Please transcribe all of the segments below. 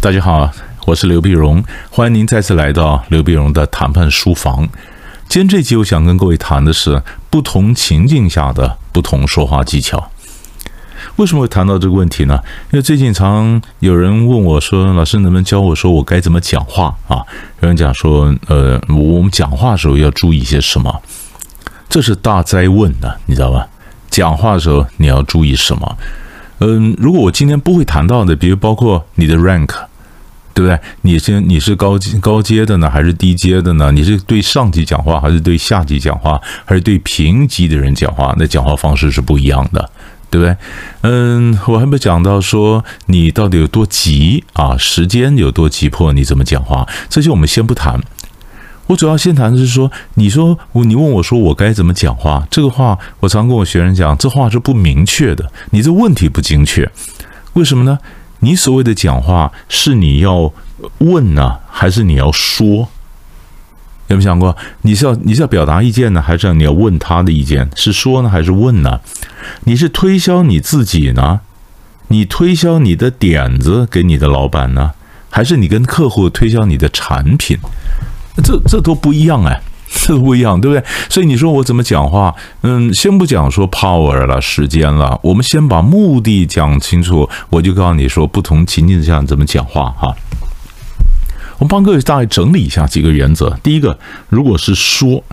大家好，我是刘必荣，欢迎您再次来到刘必荣的谈判书房。今天这集我想跟各位谈的是不同情境下的不同说话技巧。为什么会谈到这个问题呢？因为最近常有人问我说，老师能不能教我说我该怎么讲话啊？有人讲说，我们讲话的时候要注意一些什么？这是大哉问啊，你知道吧？讲话的时候你要注意什么？如果我今天不会谈到的，比如包括你的 rank， 对不对？你是高阶的呢，还是低阶的呢？你是对上级讲话，还是对下级讲话，还是对平级的人讲话？那讲话方式是不一样的，对不对？我还没讲到说你到底有多急啊，时间有多急迫，你怎么讲话？这些我们先不谈。我主要先谈的是说，你问我说我该怎么讲话？这个话我常跟我学生讲，这话是不明确的，你这问题不精确。为什么呢？你所谓的讲话是你要问呢，还是你要说？有没有想过，你是要表达意见呢，还是你要问他的意见？是说呢，还是问呢？你是推销你自己呢？你推销你的点子给你的老板呢，还是你跟客户推销你的产品？这都不一样哎，这都不一样，对不对？所以你说我怎么讲话？先不讲说 power 了、时间了，我们先把目的讲清楚。我就告诉你说，不同情境下怎么讲话哈。我们帮各位大概整理一下几个原则。第一个，如果是说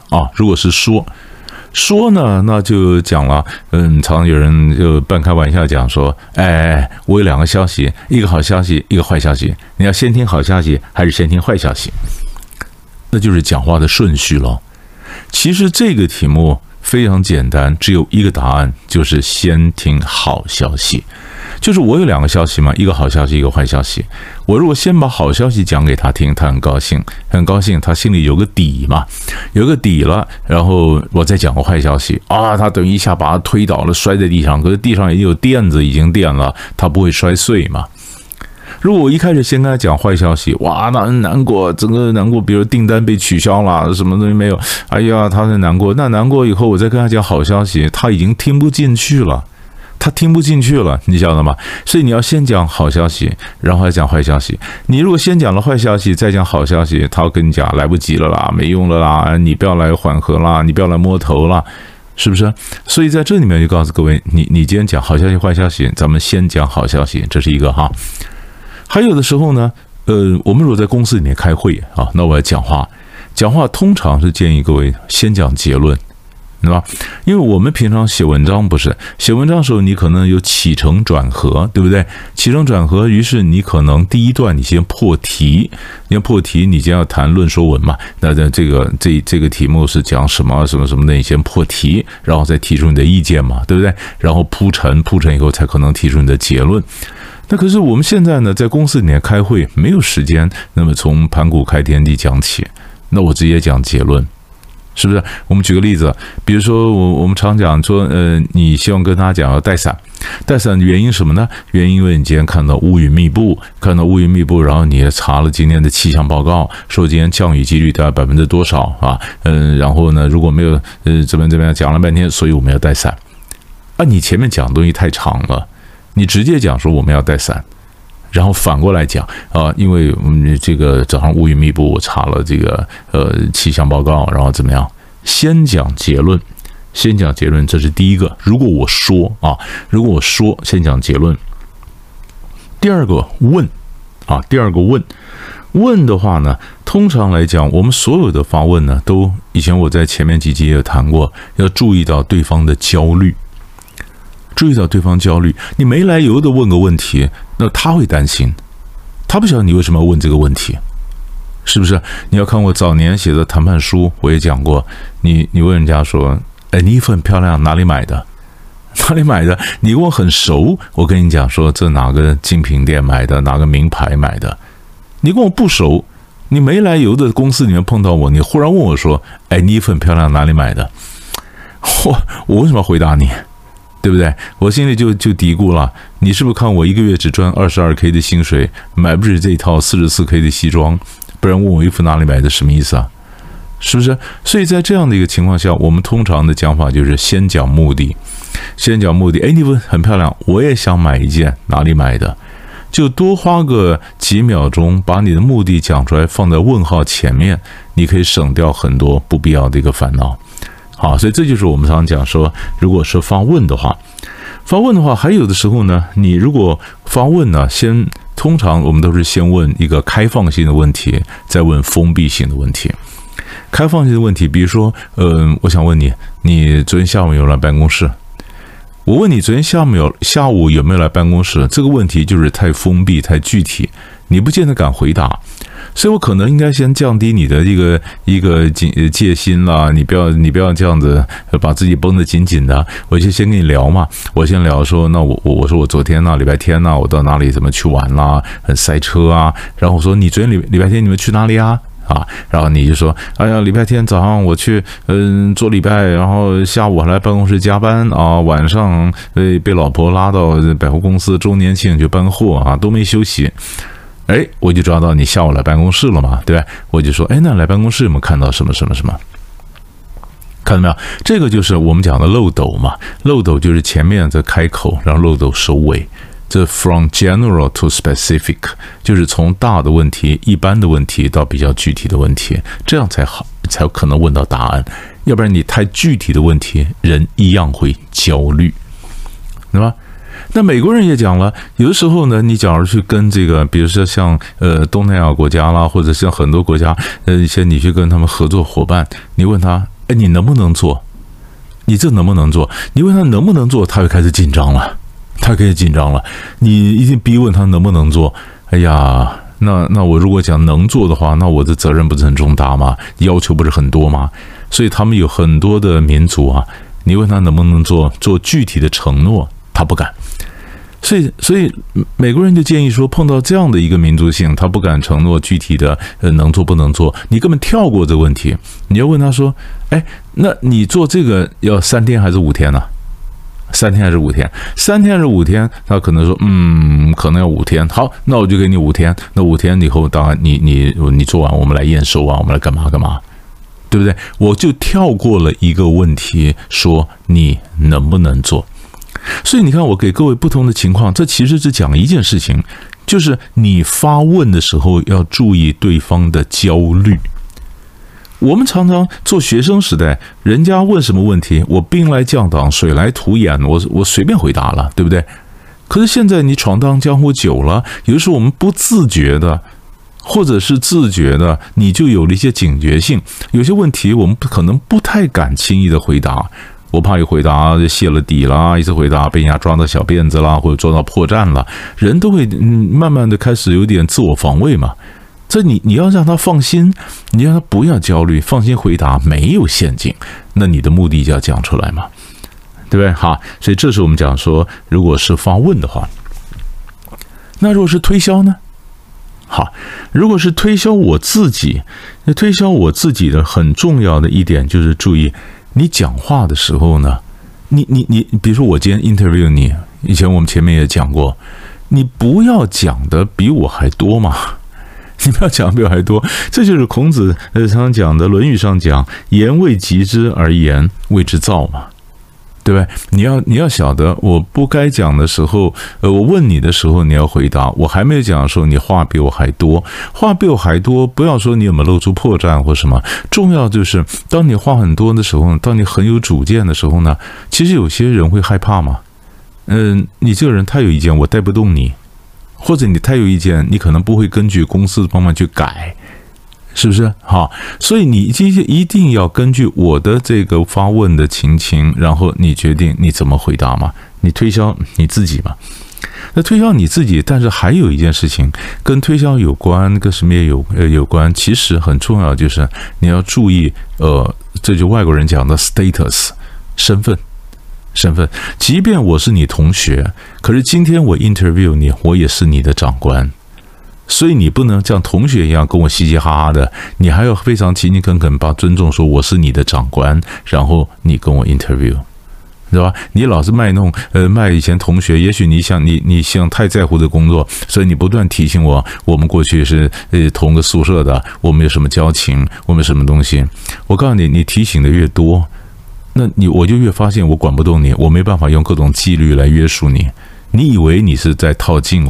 呢，那就讲了。常有人就半开玩笑讲说，我有两个消息，一个好消息，一个坏消息，你要先听好消息，还是先听坏消息？那就是讲话的顺序了。其实这个题目非常简单，只有一个答案，就是先听好消息。就是我有两个消息嘛，一个好消息，一个坏消息。我如果先把好消息讲给他听，他很高兴，他心里有个底嘛，有个底了，然后我再讲个坏消息啊，他等于一下把他推倒了，摔在地上，可是地上已经有垫子，已经垫了，他不会摔碎嘛。如果我一开始先跟他讲坏消息，哇，那很难过，整个难过，比如订单被取消了，什么东西没有，哎呀，他很难过。那难过以后，我再跟他讲好消息，他已经听不进去了，你晓得吗？所以你要先讲好消息，然后再讲坏消息。你如果先讲了坏消息，再讲好消息，他会跟你讲来不及了啦，没用了啦，你不要来缓和啦，你不要来摸头啦。是不是？所以在这里面就告诉各位，你今天讲好消息、坏消息，咱们先讲好消息，这是一个哈。还有的时候呢，我们如果在公司里面开会啊，那我要讲话通常是建议各位先讲结论，对吧？因为我们平常写文章不是写文章的时候，你可能有起承转合，对不对？起承转合，于是你可能第一段你先破题，你先要谈论说文嘛。那这个题目是讲什么什么什么的，你先破题，然后再提出你的意见嘛，对不对？然后铺陈以后，才可能提出你的结论。那可是我们现在呢，在公司里面开会没有时间，那么从盘古开天地讲起，那我直接讲结论。是不是？我们举个例子，比如说我们常讲说，你希望跟大家讲要带伞的原因什么呢？原因因为你今天看到乌云密布，然后你也查了今天的气象报告，说今天降雨几率大概%多少啊？然后呢，如果没有怎么样讲了半天，所以我们要带伞啊。你前面讲的东西太长了，你直接讲说我们要带伞。然后反过来讲啊，因为这个早上乌云密布，我查了这个气象报告，然后怎么样？先讲结论，这是第一个。如果我说，先讲结论。第二个问问的话呢，通常来讲，我们所有的发问呢，都以前我在前面几集也有谈过，要注意到对方的焦虑。你没来由的问个问题，那他会担心，他不晓得你为什么要问这个问题，是不是？你要看我早年写的谈判书，我也讲过，你问人家说，你衣服很漂亮，哪里买的？你跟我很熟，我跟你讲说，这哪个精品店买的，哪个名牌买的？你跟我不熟，你没来由的公司里面碰到我，你忽然问我说，你衣服很漂亮，哪里买的？我为什么要回答你？对不对？我心里就嘀咕了，你是不是看我一个月只赚22K 的薪水，买不起这一套44K 的西装，不然问我衣服哪里买的，什么意思啊？是不是？所以在这样的一个情况下，我们通常的讲法就是先讲目的。你衣服很漂亮，我也想买一件，哪里买的？ 就多花个几秒钟，把你的目的讲出来，放在问号前面，你可以省掉很多不必要的一个烦恼。好，所以这就是我们常常讲说，如果是发问的话，还有的时候呢，你如果发问呢，通常我们都是先问一个开放性的问题，再问封闭性的问题。开放性的问题，比如说，我想问你，你昨天下午有来办公室？我问你昨天下午有没有来办公室？这个问题就是太封闭、太具体，你不见得敢回答。所以我可能应该先降低你的一个戒心啦，你不要这样子把自己绷得紧紧的。我就先跟你聊嘛，我先聊说，那我说我昨天礼拜天我到哪里怎么去玩啦，很塞车啊。然后我说你昨天礼拜天你们去哪里啊？然后你就说，哎呀，礼拜天早上我去做礼拜，然后下午还来办公室加班啊，晚上被老婆拉到百货公司周年庆去搬货啊，都没休息。哎，我就抓到你下午来办公室了嘛，对吧？我就说，哎，那来办公室有没有看到什么什么什么？看到没有？这个就是我们讲的漏斗嘛。漏斗就是前面的开口，然后漏斗收尾。这 from general to specific， 就是从大的问题、一般的问题到比较具体的问题，这样才好，才有可能问到答案。要不然你太具体的问题，人一样会焦虑，对吧？那美国人也讲了，有的时候呢，你假如去跟这个，比如说像东南亚国家啦，或者像很多国家，一些你去跟他们合作伙伴，你问他，哎，你能不能做？你这能不能做？你问他能不能做，他会开始紧张了。你一定逼问他能不能做。哎呀，那我如果讲能做的话，那我的责任不是很重大吗？要求不是很多吗？所以他们有很多的民族啊，你问他能不能做具体的承诺，他不敢。所以美国人就建议说，碰到这样的一个民族性，他不敢承诺具体的能做不能做，你根本跳过这个问题。你要问他说，哎，那你做这个要3天还是5天呢？3天还是5天？3天还是5天？他可能说，可能要5天。好，那我就给你5天。那5天以后，当然你做完，我们来验收啊，我们来干嘛，对不对？我就跳过了一个问题，说你能不能做。所以你看，我给各位不同的情况，这其实是讲一件事情，就是你发问的时候要注意对方的焦虑。我们常常做学生时代，人家问什么问题，我兵来将挡，水来土掩，我随便回答了，对不对？可是现在你闯荡江湖久了，有的时候我们不自觉的，或者是自觉的，你就有了一些警觉性。有些问题我们可能不太敢轻易的回答，我怕一回答就泄了底啦，一次回答被人家抓到小辫子啦，或者抓到破绽了，人都会慢慢的开始有点自我防卫嘛。这你要让他放心，你让他不要焦虑，放心回答，没有陷阱，那你的目的就要讲出来嘛，对不对？好，所以这是我们讲说，如果是发问的话，那如果是推销呢？好，如果是推销我自己，那推销我自己的很重要的一点就是注意，你讲话的时候呢，你，比如说我今天 interview 你，以前我们前面也讲过，你不要讲的比我还多嘛。你不要讲比我还多，这就是孔子常常讲的《论语》上讲“言未及之而言，谓之造”嘛，对不对？你要晓得，我不该讲的时候，我问你的时候，你要回答；我还没有讲的时候，你话比我还多，不要说你有没有露出破绽或什么，重要就是当你话很多的时候，当你很有主见的时候呢，其实有些人会害怕嘛，你这个人太有意见，我带不动你。或者你太有意见，你可能不会根据公司的方法去改，是不是？好，所以你一定要根据我的这个发问的情形，然后你决定你怎么回答嘛。你推销你自己嘛。那推销你自己，但是还有一件事情跟推销有关，跟什么也有关。其实很重要，就是你要注意，这就外国人讲的 status 身份。即便我是你同学，可是今天我 interview 你，我也是你的长官，所以你不能像同学一样跟我嘻嘻哈哈的，你还要非常勤勤恳恳把尊重说我是你的长官，然后你跟我 interview， 对吧？你老是卖以前同学，也许你想太在乎的工作，所以你不断提醒我们过去是同个宿舍的，我们有什么交情，我们有什么东西。我告诉你，你提醒的越多，那我就越发现我管不动你，我没办法用各种纪律来约束你。你以为你是在套近乎，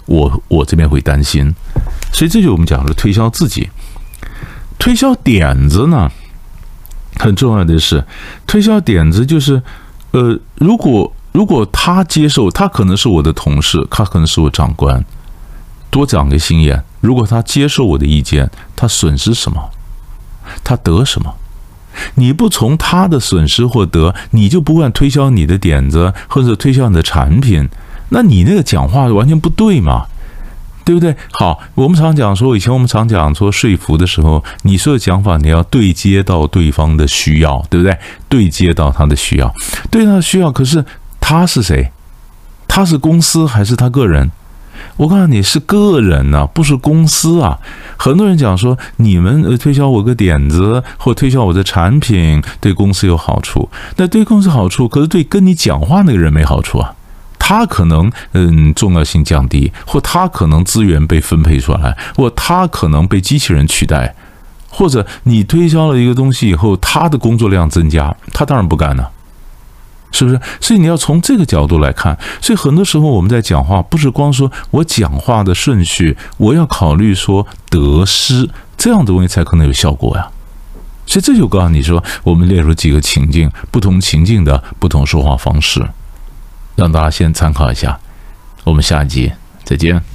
我这边会担心。所以这就我们讲的推销自己。推销点子呢，很重要的是，推销点子就是，如果他接受，他可能是我的同事，他可能是我长官，多长个心眼。如果他接受我的意见，他损失什么？他得什么？你不从他的损失或得，你就不敢推销你的点子或者推销你的产品，那你那个讲话完全不对嘛。对不对？好，我们常讲说，以前我们常讲说说服的时候，你说的讲法你要对接到对方的需要，对不对？对接到他的需要，对他的需要。可是他是谁？他是公司还是他个人？我告诉你是个人啊，不是公司啊。很多人讲说，你们推销我个点子或推销我的产品，对公司有好处，那对公司好处，可是对跟你讲话那个人没好处啊。他可能重要性降低，或他可能资源被分配出来，或他可能被机器人取代，或者你推销了一个东西以后，他的工作量增加，他当然不干了，是不是？所以你要从这个角度来看。所以很多时候我们在讲话，不是光说我讲话的顺序，我要考虑说得失，这样的东西才可能有效果呀。所以这就告诉你说，我们列出几个情境，不同情境的不同说话方式，让大家先参考一下。我们下一集再见。